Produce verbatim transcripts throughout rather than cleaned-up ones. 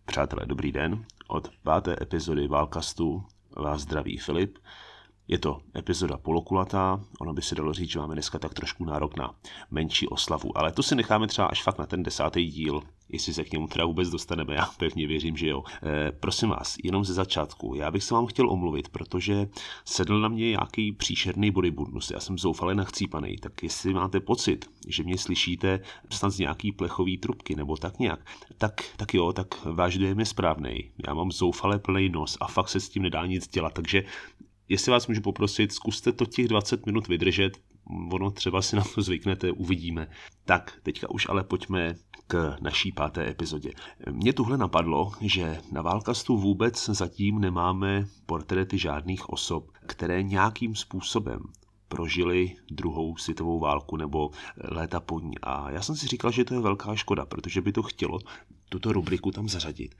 Přátelé, dobrý den. Od páté epizody Válkastu vás zdraví Filip. Je to epizoda polokulatá, ono by se dalo říct, že máme dneska tak trošku nárok na menší oslavu, ale to si necháme třeba až fakt na ten desátý díl, jestli se k němu teda vůbec dostaneme, já pevně věřím, že jo. E, prosím vás, jenom ze začátku, já bych se vám chtěl omluvit, protože sedl na mě nějaký příšerný bodyburnus, já jsem zoufale nachcípaný, tak jestli máte pocit, že mě slyšíte snad z nějaký plechový trubky nebo tak nějak, tak, tak jo, tak váš dojem je správnej. Já mám zoufale plný nos a fakt se s tím nedá nic dělat, takže jestli vás můžu poprosit, zkuste to těch dvacet minut vydržet, ono třeba si na to zvyknete, uvidíme. Tak, teďka už ale pojďme k naší páté epizodě. Mně tuhle napadlo, že na Válkastu vůbec zatím nemáme portréty žádných osob, které nějakým způsobem prožili druhou světovou válku nebo léta po ní. A já jsem si říkal, že to je velká škoda, protože by to chtělo tuto rubriku tam zařadit.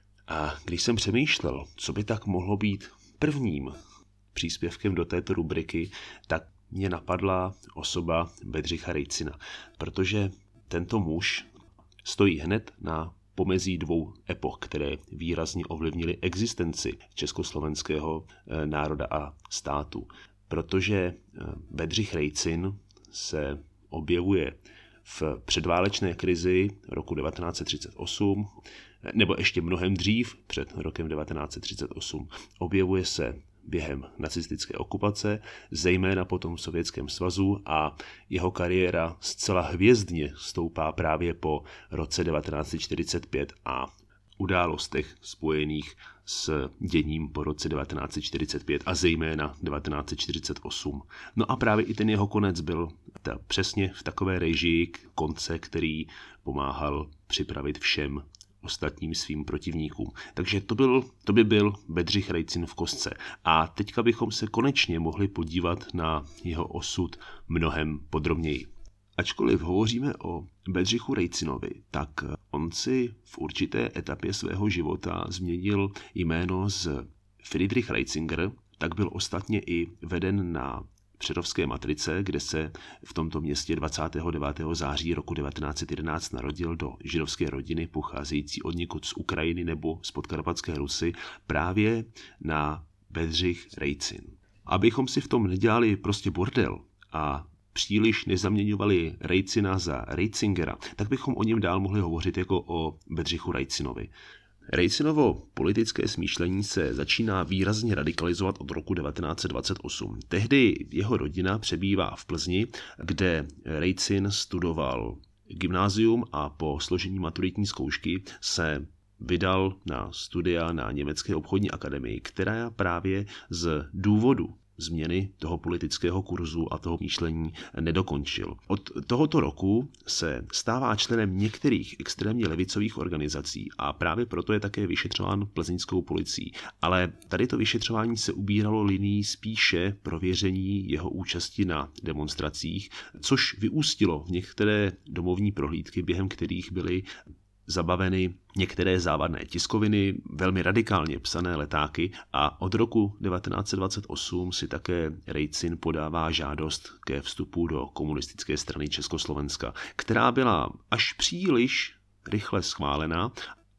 A když jsem přemýšlel, co by tak mohlo být prvním příspěvkem do této rubriky, tak mě napadla osoba Bedřicha Rejcina, protože tento muž stojí hned na pomezí dvou epoch, které výrazně ovlivnily existenci československého národa a státu. Protože Bedřich Rejcin se objevuje v předválečné krizi roku devatenáct set třicet osm, nebo ještě mnohem dřív, před rokem devatenáct set třicet osm. Objevuje se během nacistické okupace, zejména potom v Sovětském svazu, a jeho kariéra zcela hvězdně stoupá právě po roce devatenáct set čtyřicet pět a událostech spojených s děním po roce devatenáct set čtyřicet pět a zejména devatenáct set čtyřicet osm. No a právě i ten jeho konec byl ta, přesně v takové režii konce, který pomáhal připravit všem ostatním svým protivníkům. Takže to, byl, to by byl Bedřich Rejcin v kostce. A teďka bychom se konečně mohli podívat na jeho osud mnohem podrobněji. Ačkoliv hovoříme o Bedřichu Rejcinovi, tak on si v určité etapě svého života změnil jméno z Friedrich Reitzinger, tak byl ostatně i veden na Přerovské matrice, kde se v tomto městě dvacátého devátého září roku devatenáct set jedenáct narodil do židovské rodiny pocházející odněkud z Ukrajiny nebo z Podkarpatské Rusy právě na Bedřich Rejcin. Abychom si v tom nedělali prostě bordel a příliš nezaměňovali Rejcina za Reitzingera, tak bychom o něm dál mohli hovořit jako o Bedřichu Rejcinovi. Rejcinovo politické smýšlení se začíná výrazně radikalizovat od roku devatenáct set dvacet osm. Tehdy jeho rodina přebývá v Plzni, kde Rejcin studoval gymnázium a po složení maturitní zkoušky se vydal na studia na Německé obchodní akademii, která právě z důvodu změny toho politického kurzu a toho myšlení nedokončil. Od tohoto roku se stává členem některých extrémně levicových organizací a právě proto je také vyšetřován plzeňskou policií. Ale tady to vyšetřování se ubíralo linií spíše prověření jeho účasti na demonstracích, což vyústilo v některé domovní prohlídky, během kterých byly zabaveny některé závadné tiskoviny, velmi radikálně psané letáky, a od roku devatenáct set dvacet osm si také Rejcin podává žádost ke vstupu do komunistické strany Československa, která byla až příliš rychle schválena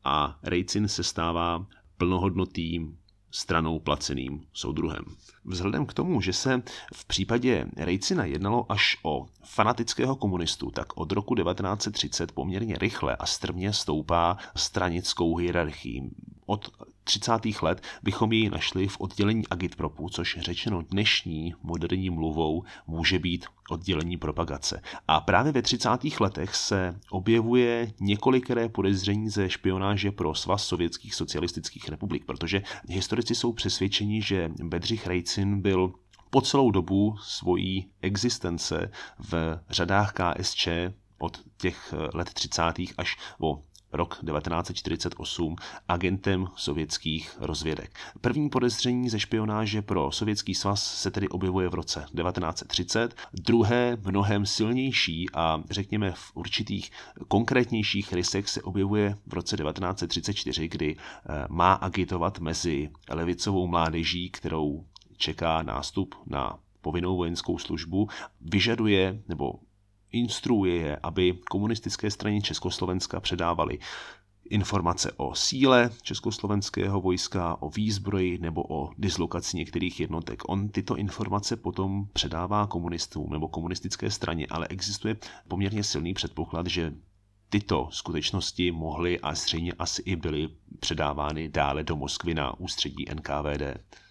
a Rejcin se stává plnohodnotným stranou placeným soudruhem. Vzhledem k tomu, že se v případě Rejcina jednalo až o fanatického komunistu, tak od roku devatenáct set třicet poměrně rychle a strmě stoupá stranickou hierarchii. Od třicátých let bychom ji našli v oddělení agitpropu, což řečeno dnešní moderní mluvou může být oddělení propagace. A právě ve třicátých letech se objevuje několikeré podezření ze špionáže pro Svaz sovětských socialistických republik, protože historici jsou přesvědčeni, že Bedřich Rejcin byl po celou dobu svojí existence v řadách K S Č od těch let třicátých až o rok devatenáct set čtyřicet osm agentem sovětských rozvědek. První podezření ze špionáže pro Sovětský svaz se tedy objevuje v roce devatenáct set třicet, druhé mnohem silnější a řekněme v určitých konkrétnějších rysech se objevuje v roce devatenáct set třicet čtyři, kdy má agitovat mezi levicovou mládeží, kterou čeká nástup na povinnou vojenskou službu, vyžaduje nebo instruuje je, aby komunistické straně Československa předávali informace o síle československého vojska, o výzbroji nebo o dislokaci některých jednotek. On tyto informace potom předává komunistům nebo komunistické straně, ale existuje poměrně silný předpoklad, že tyto skutečnosti mohly a zřejmě asi i byly předávány dále do Moskvy na ústředí N K V D.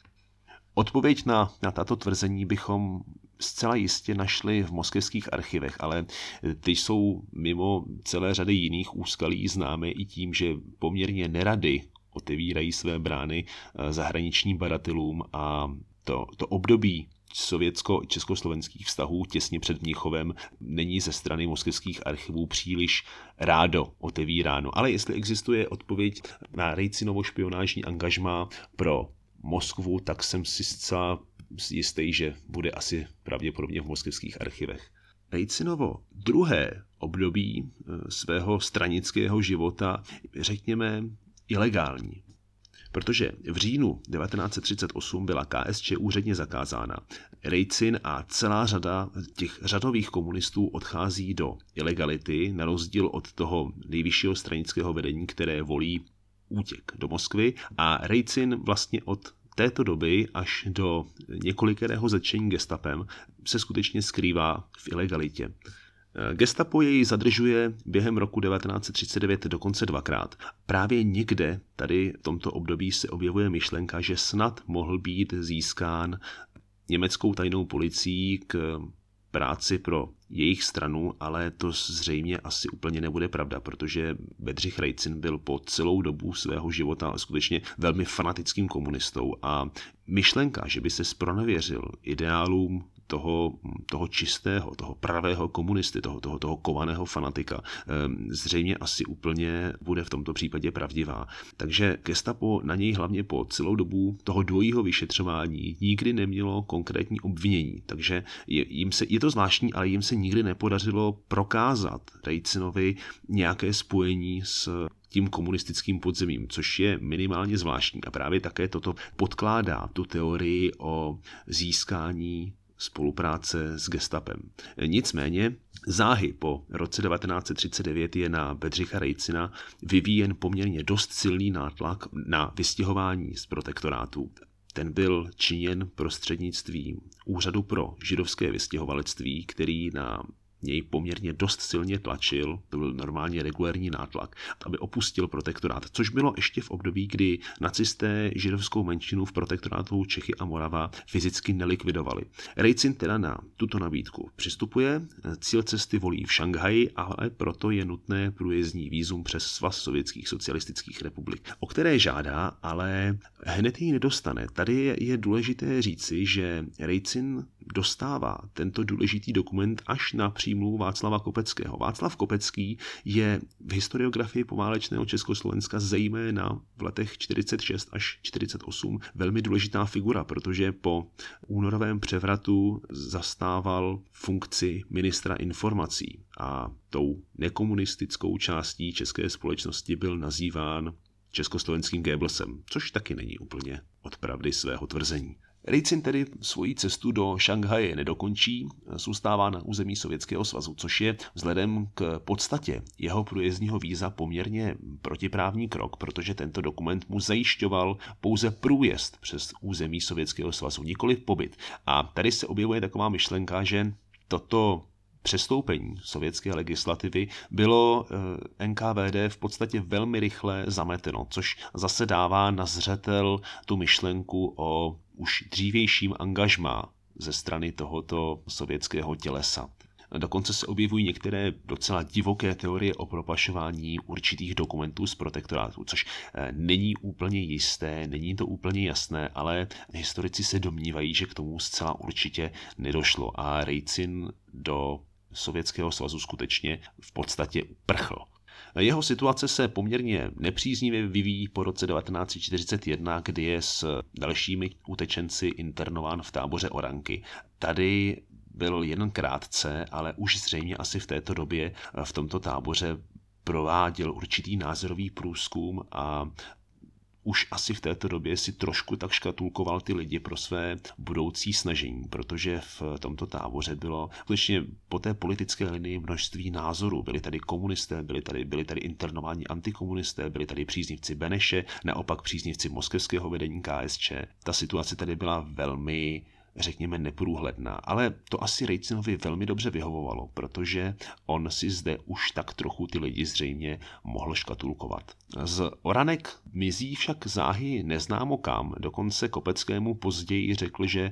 Odpověď na, na tato tvrzení bychom zcela jistě našli v moskevských archivech, ale ty jsou mimo celé řady jiných úskalí známé i tím, že poměrně nerady otevírají své brány zahraničním badatelům a to, to období sovětsko-československých vztahů těsně před Mnichovem není ze strany moskevských archivů příliš rádo otevíráno. Ale jestli existuje odpověď na Rejcinovo špionážní angažmá pro Moskvu, tak jsem si zcela jistý, že bude asi pravděpodobně v moskevských archivech. Rejcinovo druhé období svého stranického života, řekněme, ilegální. Protože v říjnu devatenáct set třicet osm byla K S Č úředně zakázána. Rejcin a celá řada těch řadových komunistů odchází do ilegality, na rozdíl od toho nejvyššího stranického vedení, které volí útěk do Moskvy, a Rejcin vlastně od této doby až do několikerého zatčení gestapem se skutečně skrývá v ilegalitě. Gestapo jej zadržuje během roku devatenáct set třicet devět dokonce dvakrát. Právě někde tady v tomto období se objevuje myšlenka, že snad mohl být získán německou tajnou policií k práci pro jejich stranu, ale to zřejmě asi úplně nebude pravda, protože Bedřich Rejcin byl po celou dobu svého života skutečně velmi fanatickým komunistou a myšlenka, že by se zpronevěřil ideálům toho, toho čistého, toho pravého komunisty, toho, toho, toho kovaného fanatika, zřejmě asi úplně bude v tomto případě pravdivá. Takže gestapo na něj hlavně po celou dobu toho dvojího vyšetřování nikdy nemělo konkrétní obvinění. Takže je, jim se, je to zvláštní, ale jim se nikdy nepodařilo prokázat Rejcinovi nějaké spojení s tím komunistickým podzemím, což je minimálně zvláštní. A právě také toto podkládá tu teorii o získání spolupráce s gestapem. Nicméně záhy po roce devatenáct set třicet devět je na Bedřicha Rejcina vyvíjen poměrně dost silný nátlak na vystěhování z protektorátu. Ten byl činěn prostřednictvím Úřadu pro židovské vystěhovalectví, který na něj poměrně dost silně tlačil, to byl normálně regulérní nátlak, aby opustil protektorát, což bylo ještě v období, kdy nacisté židovskou menšinu v protektorátu Čechy a Morava fyzicky nelikvidovali. Rejcin teda na tuto nabídku přistupuje, cíl cesty volí v Šanghaji, ale proto je nutné průjezdní vízum přes Svaz sovětských socialistických republik, o které žádá, ale hned ji nedostane. Tady je, je důležité říci, že Rejcin dostává tento důležitý dokument až na přímluvu Václava Kopeckého. Václav Kopecký je v historiografii poválečného Československa zejména v letech čtyřicet šest až čtyřicet osm velmi důležitá figura, protože po únorovém převratu zastával funkci ministra informací a tou nekomunistickou částí české společnosti byl nazýván československým Goebbelsem, což taky není úplně od pravdy svého tvrzení. Rejcin tedy svoji cestu do Šanghaje nedokončí, zůstává na území Sovětského svazu, což je vzhledem k podstatě jeho průjezdního víza poměrně protiprávní krok, protože tento dokument mu zajišťoval pouze průjezd přes území Sovětského svazu, nikoli pobyt. A tady se objevuje taková myšlenka, že toto přestoupení sovětské legislativy bylo N K V D v podstatě velmi rychle zameteno, což zase dává na zřetel tu myšlenku o už dřívějším angažmá ze strany tohoto sovětského tělesa. Dokonce se objevují některé docela divoké teorie o propašování určitých dokumentů z protektorátu, což není úplně jisté, není to úplně jasné, ale historici se domnívají, že k tomu zcela určitě nedošlo a Rejcin do Sovětského svazu skutečně v podstatě uprchl. Jeho situace se poměrně nepříznivě vyvíjí po roce devatenáct set čtyřicet jedna, kdy je s dalšími utečenci internován v táboře Oranky. Tady byl jen krátce, ale už zřejmě asi v této době v tomto táboře prováděl určitý názorový průzkum a už asi v této době si trošku tak škatulkoval ty lidi pro své budoucí snažení, protože v tomto táboře bylo skutečně po té politické linii množství názorů. Byli tady komunisté, byli tady, byli tady internovaní antikomunisté, byli tady příznivci Beneše, naopak příznivci moskevského vedení K S Č. Ta situace tady byla velmi, řekněme, neprůhledná, ale to asi Rejcinovi velmi dobře vyhovovalo, protože on si zde už tak trochu ty lidi zřejmě mohl škatulkovat. Z Oranek mizí však záhy neznámo kam, dokonce Kopeckému později řekl, že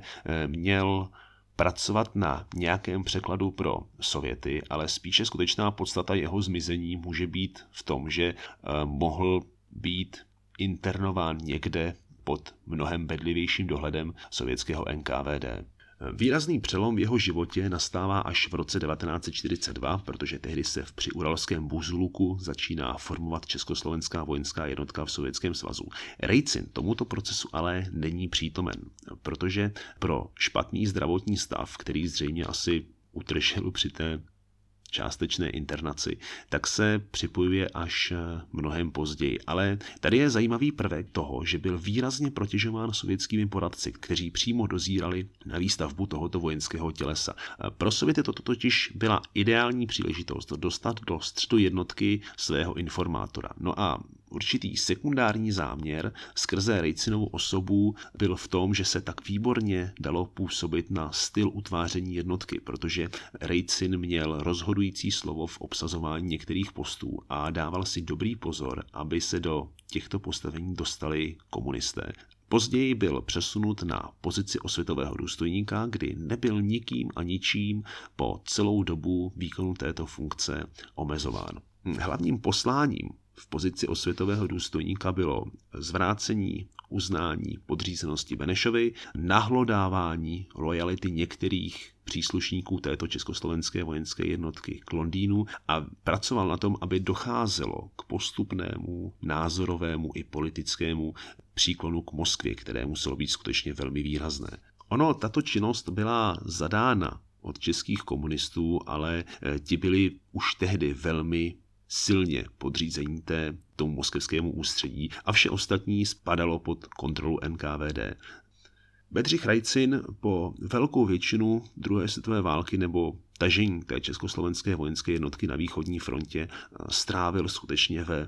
měl pracovat na nějakém překladu pro Sověty, ale spíše skutečná podstata jeho zmizení může být v tom, že mohl být internován někde pod mnohem bedlivějším dohledem sovětského N K V D. Výrazný přelom v jeho životě nastává až v roce devatenáct set čtyřicet dva, protože tehdy se v přiuralském Buzluku začíná formovat československá vojenská jednotka v Sovětském svazu. Rejcin tomuto procesu ale není přítomen, protože pro špatný zdravotní stav, který zřejmě asi utržil při té částečné internaci, tak se připojuje až mnohem později. Ale tady je zajímavý prvek toho, že byl výrazně protěžován sovětskými poradci, kteří přímo dozírali na výstavbu tohoto vojenského tělesa. Pro Sověty toto totiž byla ideální příležitost dostat do středu jednotky svého informátora. No a určitý sekundární záměr skrze Rejcinovu osobu byl v tom, že se tak výborně dalo působit na styl utváření jednotky, protože Rejcin měl rozhodující slovo v obsazování některých postů a dával si dobrý pozor, aby se do těchto postavení dostali komunisté. Později byl přesunut na pozici osvětového důstojníka, kdy nebyl nikým a ničím po celou dobu výkonu této funkce omezován. Hlavním posláním v pozici osvětového důstojníka bylo zvrácení uznání podřízenosti Benešovi, nahlodávání lojality některých příslušníků této československé vojenské jednotky k Londýnu a pracoval na tom, aby docházelo k postupnému názorovému i politickému příklonu k Moskvě, které muselo být skutečně velmi výrazné. Ono, tato činnost byla zadána od českých komunistů, ale ti byli už tehdy velmi silně podřízení té, tomu moskevskému ústředí a vše ostatní spadalo pod kontrolu N K V D. Bedřich Rejcin po velkou většinu druhé světové války nebo tažení té československé vojenské jednotky na východní frontě strávil skutečně ve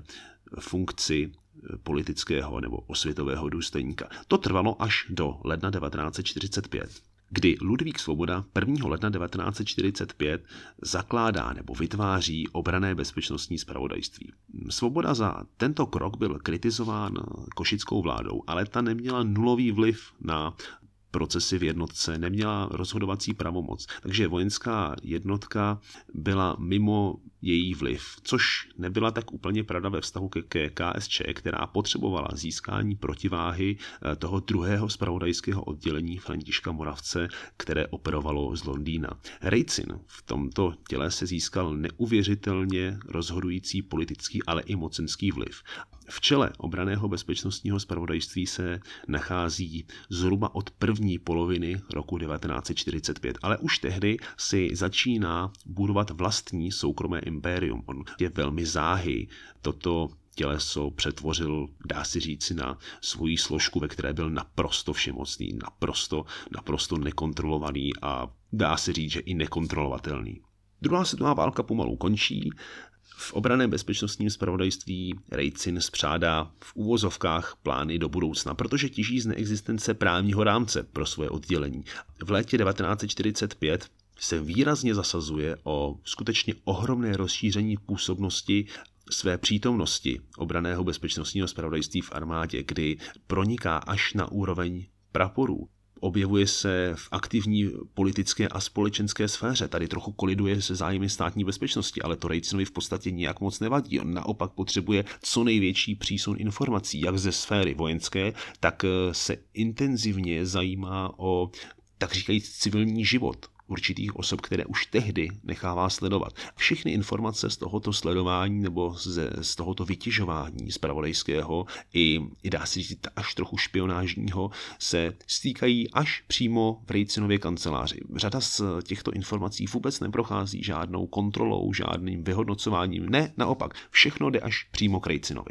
funkci politického nebo osvětového důstojníka. To trvalo až do ledna devatenáct set čtyřicet pět. Kdy Ludvík Svoboda prvního ledna devatenáct set čtyřicet pět zakládá nebo vytváří obranné bezpečnostní zpravodajství. Svoboda za tento krok byl kritizován košickou vládou, ale ta neměla nulový vliv na procesy v jednotce, neměla rozhodovací pravomoc, takže vojenská jednotka byla mimo její vliv, což nebyla tak úplně pravda ve vztahu ke K S Č, která potřebovala získání protiváhy toho druhého zpravodajského oddělení Františka Moravce, které operovalo z Londýna. Rejcin v tomto těle se získal neuvěřitelně rozhodující politický, ale i mocenský vliv. V čele obranného bezpečnostního zpravodajství se nachází zhruba od první poloviny roku devatenáct set čtyřicet pět, ale už tehdy si začíná budovat vlastní soukromé impérium. On je velmi záhy toto těleso přetvořil, dá se říci, na svoji složku, ve které byl naprosto všemocný, naprosto, naprosto nekontrolovaný a dá se říct, že i nekontrolovatelný. Druhá světová válka pomalu končí. V obranném bezpečnostním zpravodajství Rejcin spřádá v úvozovkách plány do budoucna, protože těží z neexistence právního rámce pro svoje oddělení. V létě devatenáct set čtyřicet pět se výrazně zasazuje o skutečně ohromné rozšíření působnosti své přítomnosti obranného bezpečnostního zpravodajství v armádě, kdy proniká až na úroveň praporů. Objevuje se v aktivní politické a společenské sféře. Tady trochu koliduje se zájmy státní bezpečnosti, ale to Rejcinovi v podstatě nijak moc nevadí. On naopak potřebuje co největší přísun informací, jak ze sféry vojenské, tak se intenzivně zajímá o, tak říkajíc, civilní život určitých osob, které už tehdy nechává sledovat. Všechny informace z tohoto sledování nebo z, z tohoto vytěžování zpravodajského i, i dá se říct až trochu špionážního se stýkají až přímo v Rejcinově kanceláři. Řada z těchto informací vůbec neprochází žádnou kontrolou, žádným vyhodnocováním. Ne, naopak, všechno jde až přímo k Rejcinovi.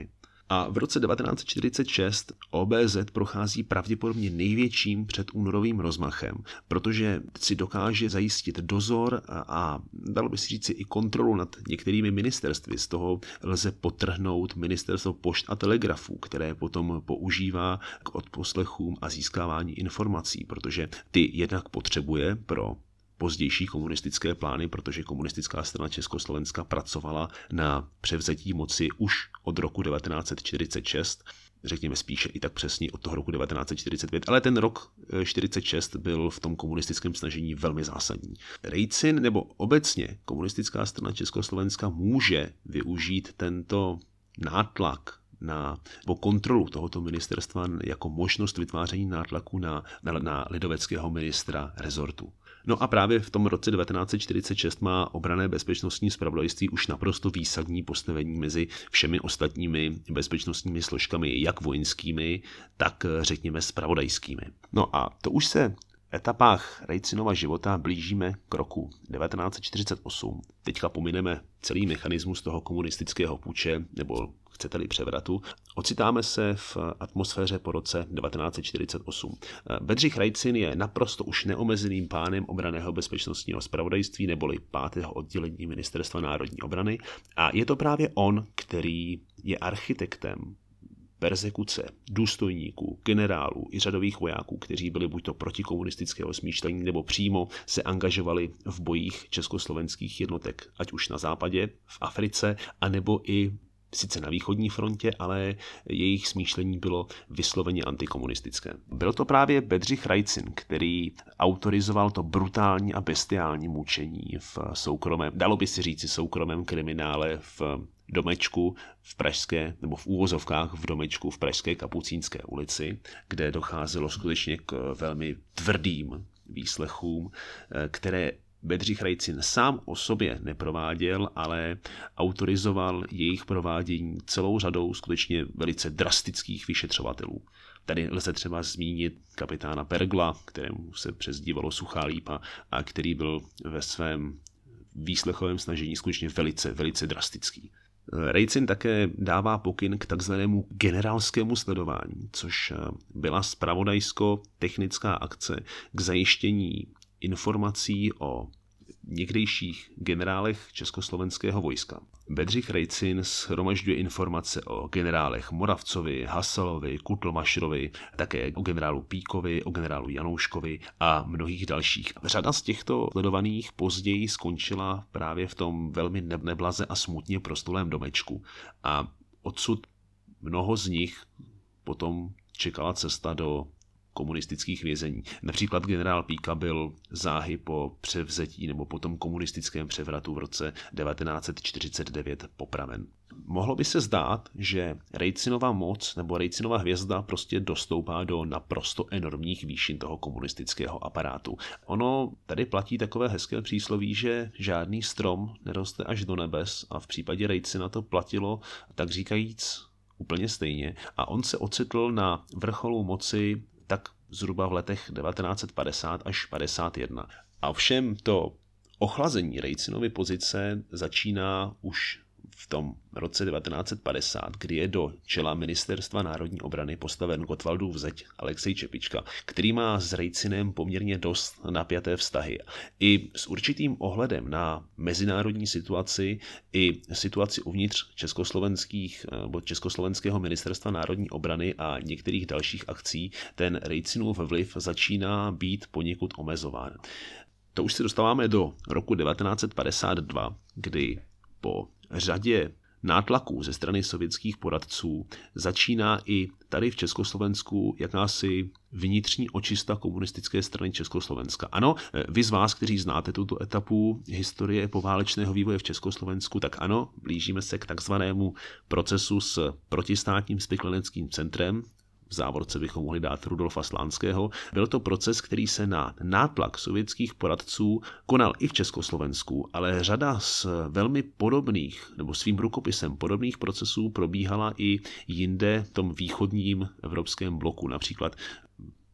A v roce devatenáct set čtyřicet šest O B Z prochází pravděpodobně největším předúnorovým rozmachem, protože si dokáže zajistit dozor a dalo by si říci i kontrolu nad některými ministerstvy. Z toho lze podtrhnout ministerstvo pošt a telegrafů, které potom používá k odposlechům a získávání informací, protože ty jednak potřebuje pro pozdější komunistické plány, protože komunistická strana Československa pracovala na převzetí moci už od roku devatenáct set čtyřicet šest, řekněme spíše i tak přesně od toho roku devatenáct set čtyřicet pět, ale ten rok čtyřicet šest byl v tom komunistickém snažení velmi zásadní. Rejcin nebo obecně komunistická strana Československa může využít tento nátlak na po kontrolu tohoto ministerstva jako možnost vytváření nátlaku na, na, na lidoveckého ministra rezortu. No a právě v tom roce devatenáct set čtyřicet šest má obranné bezpečnostní zpravodajství už naprosto výsadní postavení mezi všemi ostatními bezpečnostními složkami, jak vojenskými, tak řekněme zpravodajskými. No a to už se v etapách Rejcinova života blížíme k roku devatenáct set čtyřicet osm. Teďka pomineme celý mechanismus toho komunistického puče, nebo chcete-li převratu. Ocitáme se v atmosféře po roce devatenáct set čtyřicet osm. Bedřich Rejcin je naprosto už neomezeným pánem obranného bezpečnostního zpravodajství neboli pátého oddělení Ministerstva národní obrany a je to právě on, který je architektem perzekuce důstojníků, generálů i řadových vojáků, kteří byli buď to protikomunistického smýšlení nebo přímo se angažovali v bojích československých jednotek, ať už na západě, v Africe, anebo i sice na východní frontě, ale jejich smýšlení bylo vysloveně antikomunistické. Byl to právě Bedřich Rejcin, který autorizoval to brutální a bestiální mučení v soukromém, dalo by si říci soukromém kriminále v domečku v pražské, nebo v úvozovkách v domečku v pražské Kapucínské ulici, kde docházelo skutečně k velmi tvrdým výslechům, které Bedřich Rejcin sám o sobě neprováděl, ale autorizoval jejich provádění celou řadou skutečně velice drastických vyšetřovatelů. Tady lze třeba zmínit kapitána Pergla, kterému se přezdívalo Suchá lípa a který byl ve svém výslechovém snažení skutečně velice, velice drastický. Rejcin také dává pokyn k takzvanému generálskému sledování, což byla zpravodajsko-technická akce k zajištění informací o někdejších generálech československého vojska. Bedřich Rejcin shromažďuje informace o generálech Moravcovi, Hasalovi, Kutlmašrovi, také o generálu Píkovi, o generálu Janouškovi a mnohých dalších. Řada z těchto sledovaných později skončila právě v tom velmi neblaze a smutně proslulém domečku. A odsud mnoho z nich potom čekala cesta do komunistických vězení. Například generál Píka byl záhy po převzetí nebo po tom komunistickém převratu v roce devatenáct set čtyřicet devět popraven. Mohlo by se zdát, že Rejcinova moc nebo Rejcinova hvězda prostě dostoupá do naprosto enormních výšin toho komunistického aparátu. Ono tady platí takové hezké přísloví, že žádný strom neroste až do nebes a v případě Rejcina to platilo tak říkajíc úplně stejně a on se ocitl na vrcholu moci tak zhruba v letech devatenáct set padesát až padesát jedna. A ovšem to ochlazení Rejcinovy pozice začíná už v tom roce devatenáct set padesát, kdy je do čela Ministerstva národní obrany postaven Gottwaldův zeť Alexej Čepička, který má s Rejcinem poměrně dost napjaté vztahy. I s určitým ohledem na mezinárodní situaci i situaci uvnitř československých nebo československého Ministerstva národní obrany a některých dalších akcí ten Rejcinův vliv začíná být poněkud omezován. To už se dostáváme do roku devatenáct set padesát dva, kdy po řadě nátlaků ze strany sovětských poradců začíná i tady v Československu jakási vnitřní očista komunistické strany Československa. Ano, vy z vás, kteří znáte tuto etapu historie poválečného vývoje v Československu, tak ano, blížíme se k takzvanému procesu s protistátním spikleneckým centrem, v závorce bychom mohli dát Rudolfa Slánského. Byl to proces, který se na nátlak sovětských poradců konal i v Československu, ale řada z velmi podobných, nebo svým rukopisem podobných procesů probíhala i jinde v tom východním evropském bloku. Například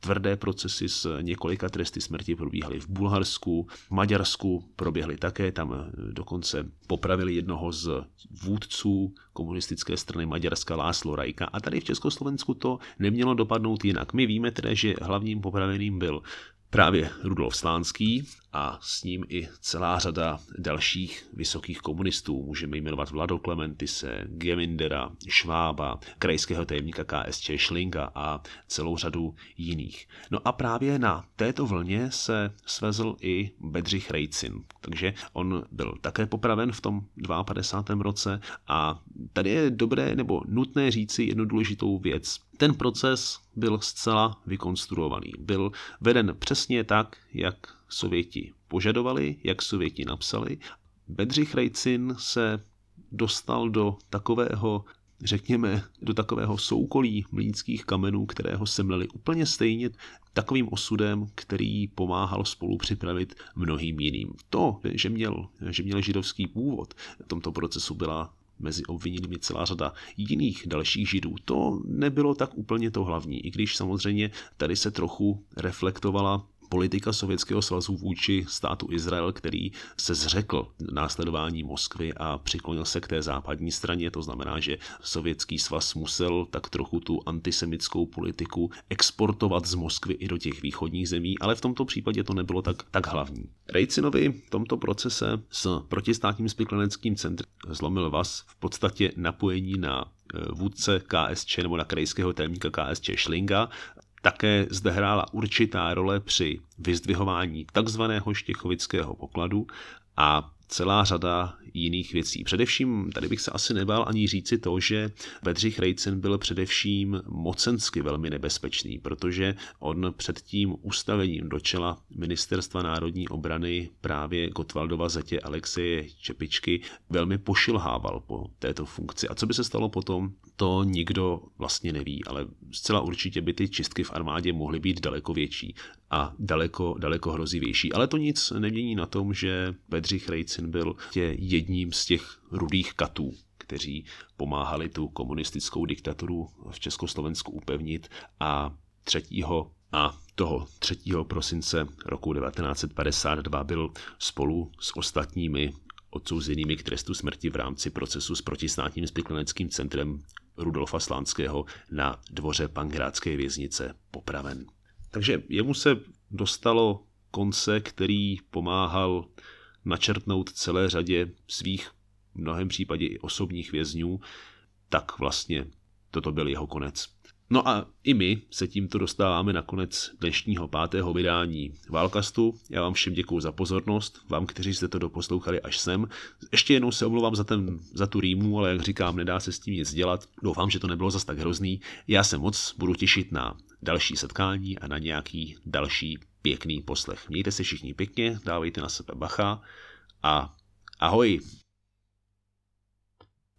tvrdé procesy s několika tresty smrti probíhaly v Bulharsku, v Maďarsku proběhly také, tam dokonce popravili jednoho z vůdců komunistické strany Maďarska László Rajka a tady v Československu to nemělo dopadnout jinak. My víme tedy, že hlavním popraveným byl právě Rudolf Slánský a s ním i celá řada dalších vysokých komunistů. Můžeme jmenovat Vlado Klementise, Gemindera, Švába, krajského tajemníka K S Č Schlinga a celou řadu jiných. No a právě na této vlně se svezl i Bedřich Rejcin. Takže on byl také popraven v tom padesátém druhém roce a tady je dobré nebo nutné říci jednu důležitou věc. Ten proces byl zcela vykonstruovaný. Byl veden přesně tak, jak Sověti požadovali, jak Sověti napsali. Bedřich Rejcin se dostal do takového, řekněme, do takového soukolí mlýnských kamenů, které ho semleli úplně stejně takovým osudem, který pomáhal spolu připravit mnohým jiným. To, že měl, že měl židovský původ, v tomto procesu byla mezi obviněnými celá řada jiných dalších židů. To nebylo tak úplně to hlavní, i když samozřejmě tady se trochu reflektovala politika Sovětského svazu vůči státu Izrael, který se zřekl následování Moskvy a přiklonil se k té západní straně. To znamená, že Sovětský svaz musel tak trochu tu antisemitskou politiku exportovat z Moskvy i do těch východních zemí, ale v tomto případě to nebylo tak, tak hlavní. Rejcinovi v tomto procese s protistátním spikleneckým centrem zlomil vaz v podstatě napojení na vůdce K S Č nebo na krajského tajemníka K S Č Schlinga. Také zde hrála určitá role při vyzdvihování takzvaného štěchovického pokladu a celá řada jiných věcí. Především, tady bych se asi nebál ani říci to, že Bedřich Rejcin byl především mocensky velmi nebezpečný, protože on před tím ustavením do čela Ministerstva národní obrany právě Gottwaldova zetě Alexeje Čepičky velmi pošilhával po této funkci. A co by se stalo potom, to nikdo vlastně neví, ale zcela určitě by ty čistky v armádě mohly být daleko větší a daleko, daleko hrozivější. Ale to nic nemění na tom, že Bedřich Rejcin byl tě jedním z těch rudých katů, kteří pomáhali tu komunistickou diktaturu v Československu upevnit a třetího a toho třetího prosince roku devatenáct set padesát dva byl spolu s ostatními odsouzenými k trestu smrti v rámci procesu s protistátním spikleneckým centrem Rudolfa Slánského na dvoře Pankrátské věznice popraven. Takže jemu se dostalo konce, který pomáhal načrtnout celé řadě svých, v mnohém případě i osobních vězňů, tak vlastně toto byl jeho konec. No a i my se tímto dostáváme na konec dnešního pátého vydání Válcastu. Já vám všem děkuju za pozornost, vám, kteří jste to doposlouchali až sem. Ještě jednou se omlouvám za, ten, za tu rýmu, ale jak říkám, nedá se s tím nic dělat. Doufám, že to nebylo zas tak hrozný. Já se moc budu těšit na další setkání a na nějaký další pěkný poslech. Mějte se všichni pěkně, dávejte na sebe bacha a ahoj!